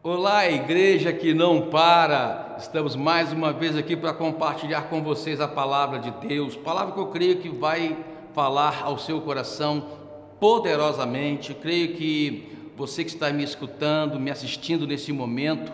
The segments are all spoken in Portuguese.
Olá, igreja que não para. Estamos mais uma vez aqui para compartilhar com vocês a palavra de Deus, palavra que eu creio que vai falar ao seu coração poderosamente. Creio que você que está me escutando, me assistindo nesse momento,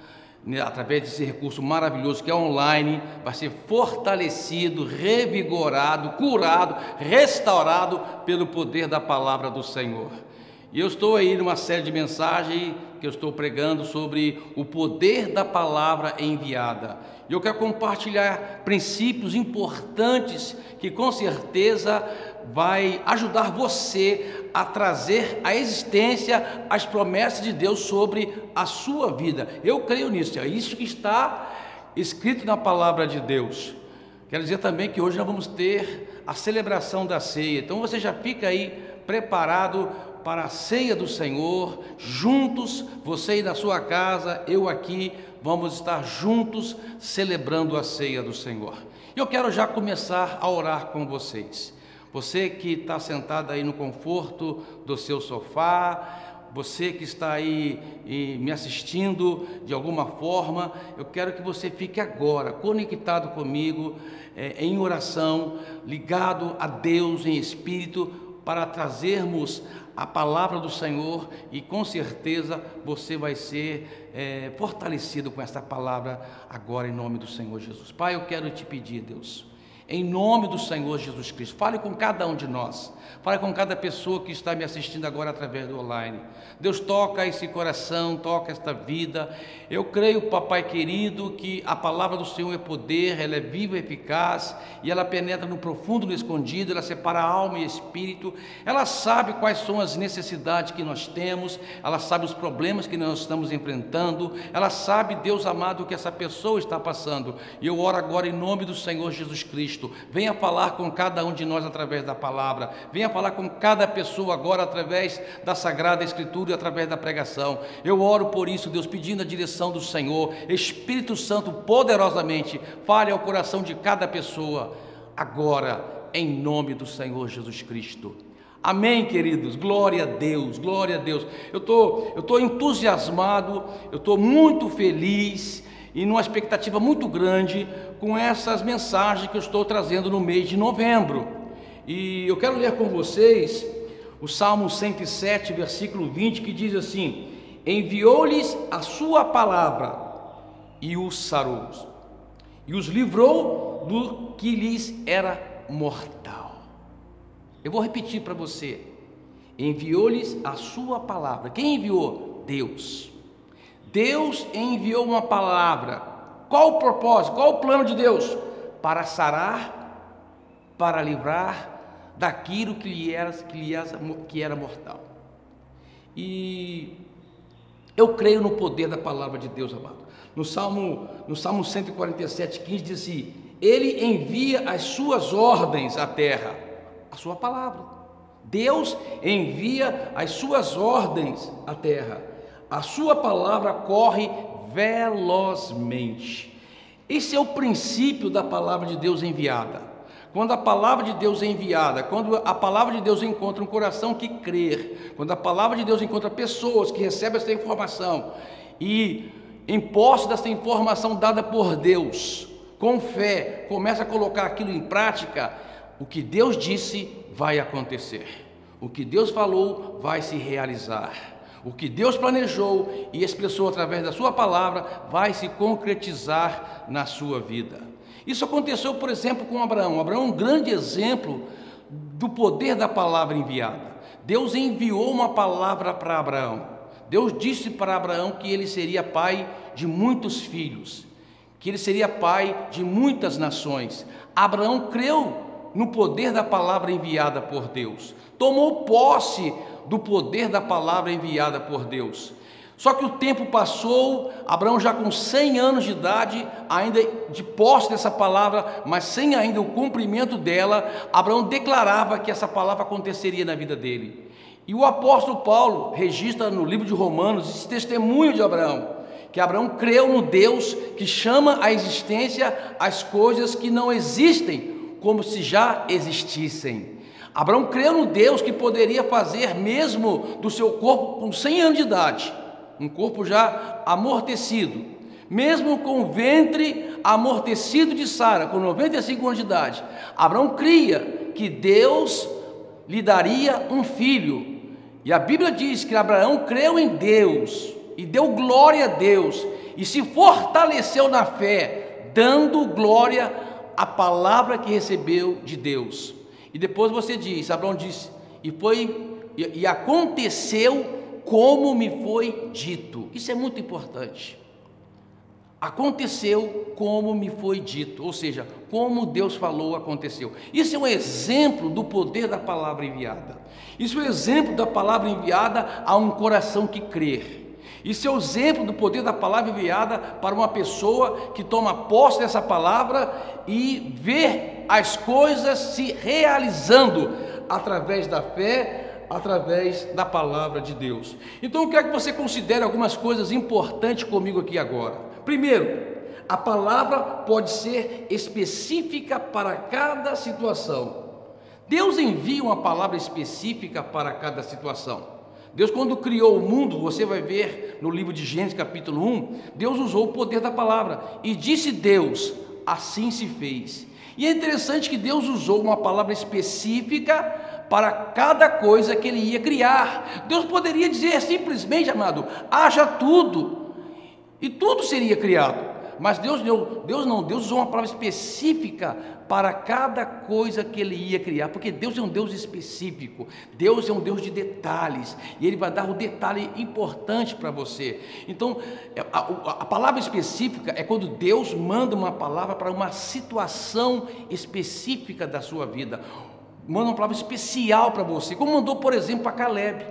através desse recurso maravilhoso que é online, vai ser fortalecido, revigorado, curado, restaurado pelo poder da palavra do Senhor. E eu estou aí numa série de mensagens que eu estou pregando sobre o poder da palavra enviada. E eu quero compartilhar princípios importantes que com certeza vai ajudar você a trazer à existência as promessas de Deus sobre a sua vida. Eu creio nisso, é isso que está escrito na palavra de Deus. Quero dizer também que hoje nós vamos ter a celebração da ceia, então você já fica aí preparado para a ceia do Senhor, juntos, você aí na sua casa, eu aqui, vamos estar juntos celebrando a ceia do Senhor. Eu quero já começar a orar com vocês. Você que está sentado aí no conforto do seu sofá, você que está aí me assistindo de alguma forma, eu quero que você fique agora conectado comigo, em oração, ligado a Deus em espírito, para trazermos a palavra do Senhor, e com certeza você vai ser fortalecido com essa palavra agora em nome do Senhor Jesus. Pai, eu quero te pedir, Deus, em nome do Senhor Jesus Cristo, fale com cada um de nós, fale com cada pessoa que está me assistindo agora através do online. Deus, toca esse coração, toca esta vida. Eu creio, papai querido, que a palavra do Senhor é poder, ela é viva e eficaz, e ela penetra no profundo, no escondido, ela separa alma e espírito, ela sabe quais são as necessidades que nós temos, ela sabe os problemas que nós estamos enfrentando, ela sabe, Deus amado, o que essa pessoa está passando, e eu oro agora em nome do Senhor Jesus Cristo. Venha falar com cada um de nós através da palavra, venha falar com cada pessoa agora através da Sagrada Escritura e através da pregação. Eu oro por isso, Deus, pedindo a direção do Senhor. Espírito Santo, poderosamente fale ao coração de cada pessoa agora, em nome do Senhor Jesus Cristo. Amém, queridos, glória a Deus, glória a Deus. Eu estou entusiasmado, eu estou muito feliz e numa expectativa muito grande com essas mensagens que eu estou trazendo no mês de novembro. E eu quero ler com vocês o Salmo 107, versículo 20, que diz assim: enviou-lhes a sua palavra e os sarou, e os livrou do que lhes era mortal. Eu vou repetir para você: enviou-lhes a sua palavra. Quem enviou? Deus. Deus enviou uma palavra. Qual o propósito? Qual o plano de Deus? Para sarar, para livrar daquilo que era mortal. E eu creio no poder da palavra de Deus, amado. No Salmo 147, 15 diz assim: Ele envia as suas ordens à terra, a sua palavra. Deus envia as suas ordens à terra. A sua palavra corre velozmente. Esse é o princípio da palavra de Deus enviada. Quando a palavra de Deus é enviada, quando a palavra de Deus encontra um coração que crer, quando a palavra de Deus encontra pessoas que recebem essa informação e, em posse dessa informação dada por Deus, com fé, começa a colocar aquilo em prática, o que Deus disse vai acontecer. O que Deus falou vai se realizar. O que Deus planejou e expressou através da sua palavra vai se concretizar na sua vida. Isso aconteceu, por exemplo, com Abraão. Abraão é um grande exemplo do poder da palavra enviada. Deus enviou uma palavra para Abraão. Deus disse para Abraão que ele seria pai de muitos filhos, que ele seria pai de muitas nações. Abraão creu no poder da palavra enviada por Deus, tomou posse do poder da palavra enviada por Deus. Só que o tempo passou, Abraão já com 100 anos de idade, ainda de posse dessa palavra, mas sem ainda o cumprimento dela, Abraão declarava que essa palavra aconteceria na vida dele. E o apóstolo Paulo registra no livro de Romanos esse testemunho de Abraão, que Abraão creu no Deus que chama à existência as coisas que não existem, como se já existissem. Abraão creu no Deus que poderia fazer mesmo do seu corpo com 100 anos de idade um corpo já amortecido, mesmo com o ventre amortecido de Sara, com 95 anos de idade, Abraão cria que Deus lhe daria um filho. E a Bíblia diz que Abraão creu em Deus e deu glória a Deus e se fortaleceu na fé, dando glória à palavra que recebeu de Deus. E depois você diz, Abraão disse, e aconteceu como me foi dito. Isso é muito importante. Aconteceu como me foi dito, ou seja, como Deus falou, aconteceu. Isso é um exemplo do poder da palavra enviada. Isso é um exemplo da palavra enviada a um coração que crê. Isso é o exemplo do poder da palavra enviada para uma pessoa que toma posse dessa palavra e vê as coisas se realizando através da fé, através da palavra de Deus. Então eu quero que você considere algumas coisas importantes comigo aqui agora. Primeiro, a palavra pode ser específica para cada situação. Deus envia uma palavra específica para cada situação. Deus, quando criou o mundo, você vai ver no livro de Gênesis capítulo 1, Deus usou o poder da palavra, e disse Deus, assim se fez. E é interessante que Deus usou uma palavra específica para cada coisa que Ele ia criar. Deus poderia dizer simplesmente, amado, haja tudo, e tudo seria criado. Mas Deus usou uma palavra específica para cada coisa que Ele ia criar, porque Deus é um Deus específico, Deus é um Deus de detalhes, e Ele vai dar um detalhe importante para você. Então, a palavra específica é quando Deus manda uma palavra para uma situação específica da sua vida, manda uma palavra especial para você, como mandou, por exemplo, para Caleb.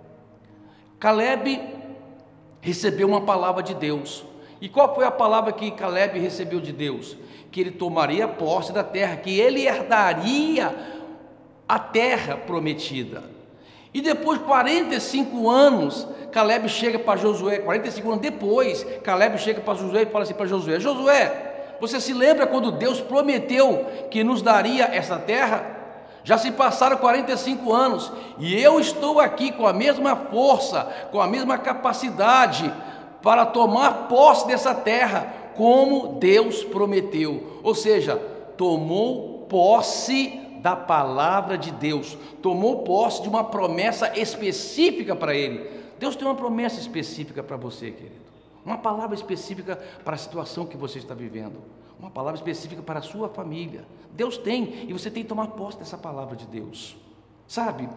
Caleb recebeu uma palavra de Deus. E qual foi a palavra que Caleb recebeu de Deus? Que ele tomaria posse da terra, que ele herdaria a terra prometida. E depois, 45 anos, Caleb chega para Josué, 45 anos depois, Caleb chega para Josué e fala assim para Josué: Josué, você se lembra quando Deus prometeu que nos daria essa terra? Já se passaram 45 anos, e eu estou aqui com a mesma força, com a mesma capacidade, para tomar posse dessa terra, como Deus prometeu. Ou seja, tomou posse da palavra de Deus, tomou posse de uma promessa específica para ele. Deus tem uma promessa específica para você, querido, uma palavra específica para a situação que você está vivendo, uma palavra específica para a sua família. Deus tem, e você tem que tomar posse dessa palavra de Deus. Sabe,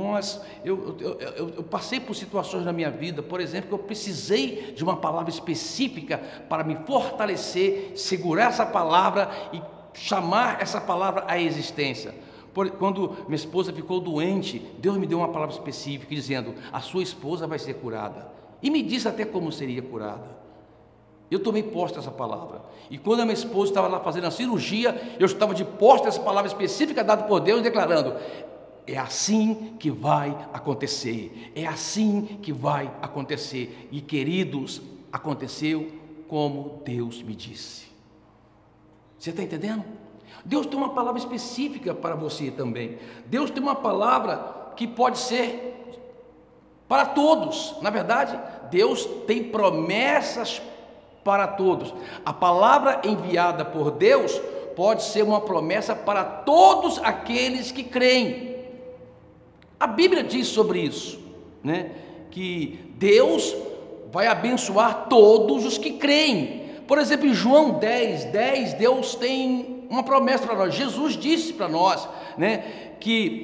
eu passei por situações na minha vida, por exemplo, que eu precisei de uma palavra específica para me fortalecer, segurar essa palavra e chamar essa palavra à existência. Quando minha esposa ficou doente, Deus me deu uma palavra específica, dizendo: a sua esposa vai ser curada. E me disse até como seria curada. Eu tomei posse dessa palavra. E quando a minha esposa estava lá fazendo a cirurgia, eu estava de posse dessa palavra específica dada por Deus, declarando: é assim que vai acontecer, é assim que vai acontecer. E queridos, aconteceu como Deus me disse. Você está entendendo? Deus tem uma palavra específica para você também. Deus tem uma palavra que pode ser para todos. Na verdade, Deus tem promessas para todos. A palavra enviada por Deus pode ser uma promessa para todos aqueles que creem. A Bíblia diz sobre isso, né? Que Deus vai abençoar todos os que creem. Por exemplo, em João 10, Deus tem uma promessa para nós. Jesus disse para nós, né,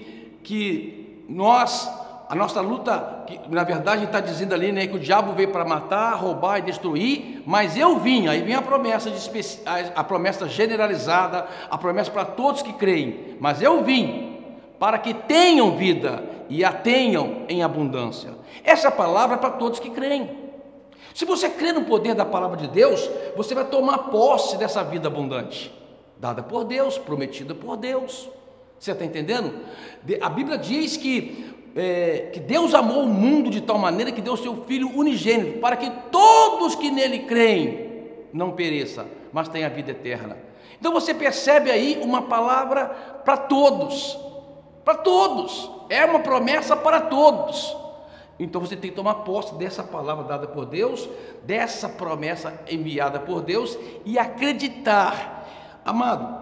que a nossa luta, que na verdade está dizendo ali, né, que o diabo veio para matar, roubar e destruir, mas eu vim. Aí vem a promessa a promessa generalizada, a promessa para todos que creem. Mas eu vim para que tenham vida e a tenham em abundância. Essa palavra é para todos que creem. Se você crê no poder da palavra de Deus, você vai tomar posse dessa vida abundante, dada por Deus, prometida por Deus. Você está entendendo? A Bíblia diz que Deus amou o mundo de tal maneira que deu seu Filho unigênito, para que todos que nele creem não pereçam, mas tenham a vida eterna. Então você percebe aí uma palavra para todos. Para todos, é uma promessa para todos. Então você tem que tomar posse dessa palavra dada por Deus, dessa promessa enviada por Deus e acreditar. Amado,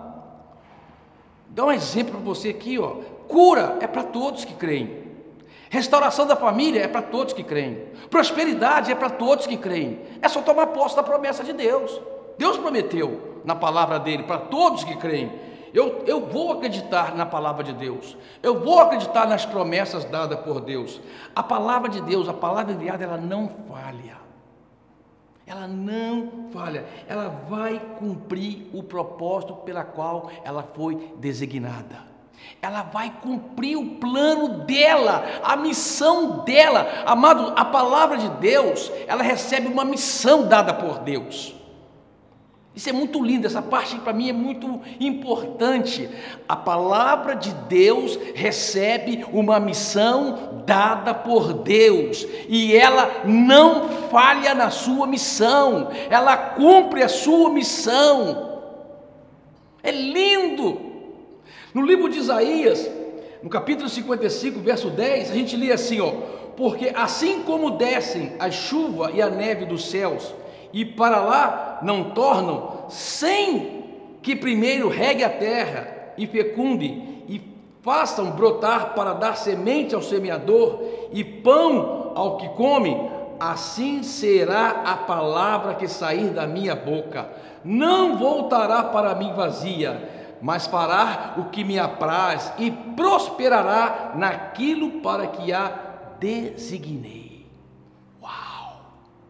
dá um exemplo para você aqui, ó. Cura é para todos que creem. Restauração da família é para todos que creem. Prosperidade é para todos que creem. É só tomar posse da promessa de Deus. Deus prometeu na palavra dele para todos que creem. Eu vou acreditar na palavra de Deus. Eu vou acreditar nas promessas dadas por Deus. A palavra de Deus, a palavra enviada, ela não falha. Ela não falha. Ela vai cumprir o propósito pela qual ela foi designada. Ela vai cumprir o plano dela, a missão dela. Amado, a palavra de Deus, ela recebe uma missão dada por Deus. Isso é muito lindo, essa parte para mim é muito importante. A palavra de Deus recebe uma missão dada por Deus, e ela não falha na sua missão, ela cumpre a sua missão. É lindo. No livro de Isaías, no capítulo 55, verso 10, a gente lê assim, ó: porque assim como descem a chuva e a neve dos céus, e para lá não tornam, sem que primeiro regue a terra e fecunde, e façam brotar para dar semente ao semeador e pão ao que come, assim será a palavra que sair da minha boca. Não voltará para mim vazia, mas fará o que me apraz e prosperará naquilo para que a designei. Uau!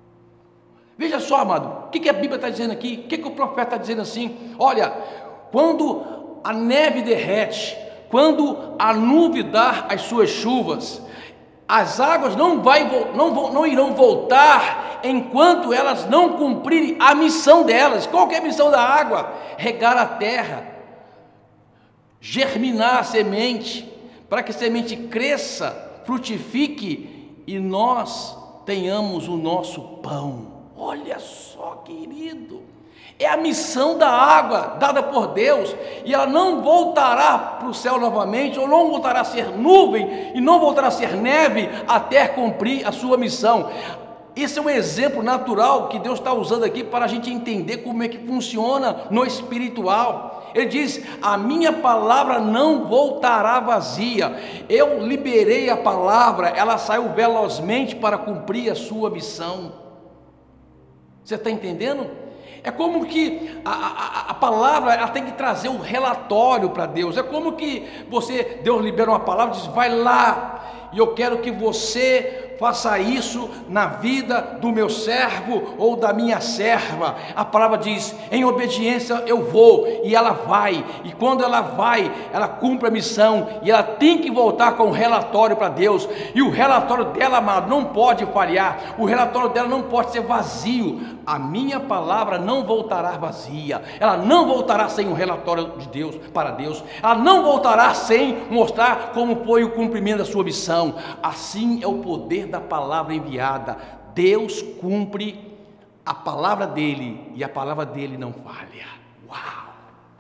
Veja só, amado, o que a Bíblia está dizendo aqui? O que o profeta está dizendo assim? Olha, quando a neve derrete, quando a nuvem dá as suas chuvas, as águas não irão voltar enquanto elas não cumprirem a missão delas. Qual que é a missão da água? Regar a terra, germinar a semente, para que a semente cresça, frutifique e nós tenhamos o nosso pão. Olha só, querido, é a missão da água dada por Deus, e ela não voltará para o céu novamente, ou não voltará a ser nuvem, e não voltará a ser neve, até cumprir a sua missão. Esse é um exemplo natural que Deus está usando aqui para a gente entender como é que funciona no espiritual. Ele diz: a minha palavra não voltará vazia. Eu liberei a palavra, ela saiu velozmente para cumprir a sua missão. Você está entendendo? É como que a palavra, ela tem que trazer um relatório para Deus. É como que Deus libera uma palavra e diz: vai lá, e eu quero que você faça isso na vida do meu servo ou da minha serva. A palavra diz: em obediência eu vou, e ela vai, e quando ela vai, ela cumpre a missão, e ela tem que voltar com um relatório para Deus, e o relatório dela, amado, não pode falhar, o relatório dela não pode ser vazio. A minha palavra não voltará vazia, ela não voltará sem um relatório de Deus, para Deus, ela não voltará sem mostrar como foi o cumprimento da sua missão. Assim é o poder da palavra enviada. Deus cumpre a palavra dele, e a palavra dele não falha. Uau!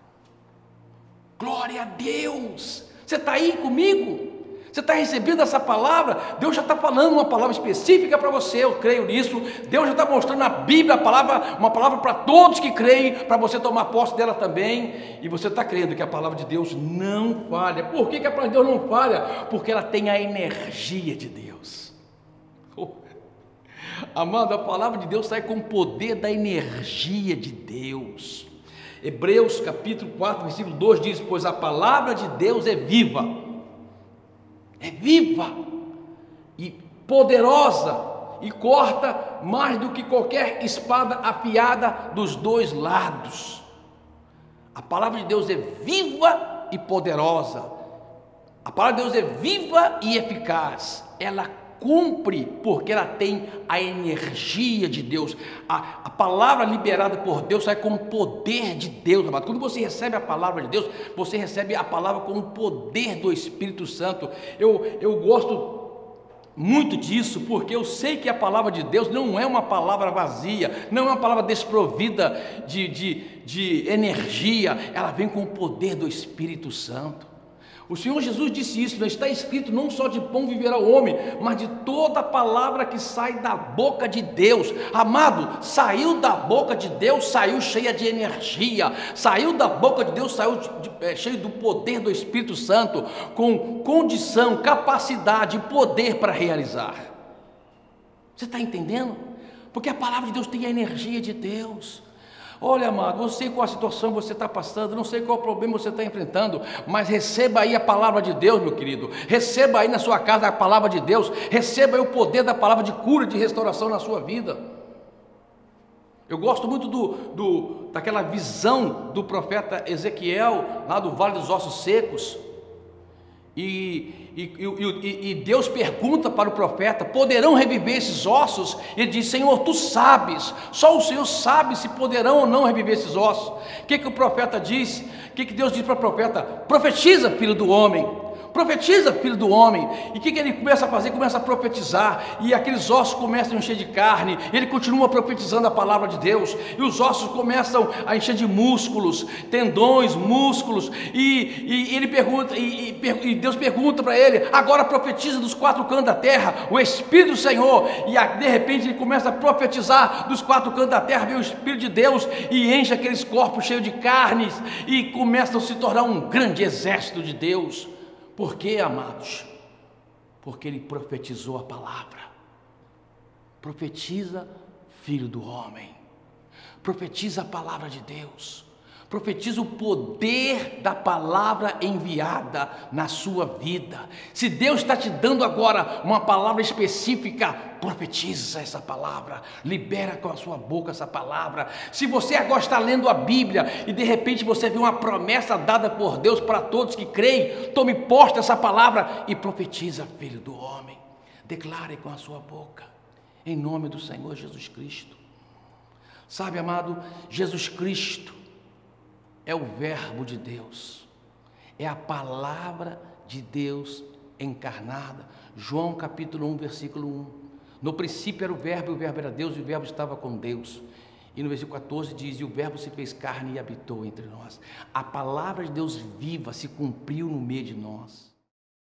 Glória a Deus! Você está aí comigo? Você está recebendo essa palavra? Deus já está falando uma palavra específica para você, eu creio nisso. Deus já está mostrando na Bíblia uma palavra para todos que creem, para você tomar posse dela também. E você está crendo que a palavra de Deus não falha. Por que a palavra de Deus não falha? Porque ela tem a energia de Deus. Amado, a palavra de Deus sai com o poder da energia de Deus. Hebreus capítulo 4, versículo 2 diz: pois a palavra de Deus é viva e poderosa, e corta mais do que qualquer espada afiada dos dois lados. A palavra de Deus é viva e poderosa. A palavra de Deus é viva e eficaz. Ela cumpre porque ela tem a energia de Deus. A palavra liberada por Deus sai com o poder de Deus, amado. Quando você recebe a palavra de Deus, você recebe a palavra com o poder do Espírito Santo. Eu gosto muito disso, porque eu sei que a palavra de Deus não é uma palavra vazia, não é uma palavra desprovida de energia. Ela vem com o poder do Espírito Santo. O Senhor Jesus disse isso, não está escrito: não só de pão viverá o homem, mas de toda palavra que sai da boca de Deus. Amado, saiu da boca de Deus, saiu cheia de energia, saiu da boca de Deus, saiu cheio do poder do Espírito Santo, com condição, capacidade, poder para realizar. Você está entendendo? Porque a palavra de Deus tem a energia de Deus. Olha, amado, não sei qual a situação você está passando, não sei qual problema você está enfrentando, mas receba aí a palavra de Deus, meu querido. Receba aí na sua casa a palavra de Deus. Receba aí o poder da palavra de cura, de restauração na sua vida. Eu gosto muito daquela visão do profeta Ezequiel, lá do Vale dos Ossos Secos. E Deus pergunta para o profeta: poderão reviver esses ossos? Ele diz: Senhor, tu sabes, só o Senhor sabe se poderão ou não reviver esses ossos. O que o profeta diz? O que Deus diz para o profeta? Profetiza, filho do homem. Profetiza, filho do homem. E o que ele começa a fazer? Começa a profetizar, e aqueles ossos começam a encher de carne. Ele continua profetizando a palavra de Deus, e os ossos começam a encher de músculos, tendões, músculos. E ele pergunta, e Deus pergunta para ele: agora profetiza dos quatro cantos da terra o Espírito do Senhor. E de repente ele começa a profetizar dos quatro cantos da terra, vem o Espírito de Deus e enche aqueles corpos cheios de carnes, e começam a se tornar um grande exército de Deus. Por quê, amados? Porque ele profetizou a palavra. Profetiza, filho do homem. Profetiza a palavra de Deus. Profetiza o poder da palavra enviada na sua vida. Se Deus está te dando agora uma palavra específica, profetiza essa palavra, libera com a sua boca essa palavra. Se você agora está lendo a Bíblia e de repente você vê uma promessa dada por Deus para todos que creem, tome posse dessa palavra e profetiza, filho do homem. Declare com a sua boca, em nome do Senhor Jesus Cristo. Sabe, amado, Jesus Cristo é o verbo de Deus, é a palavra de Deus encarnada. João capítulo 1, versículo 1. No princípio era o verbo, e o verbo era Deus, e o verbo estava com Deus. E no versículo 14 diz: e o verbo se fez carne e habitou entre nós. A palavra de Deus viva se cumpriu no meio de nós.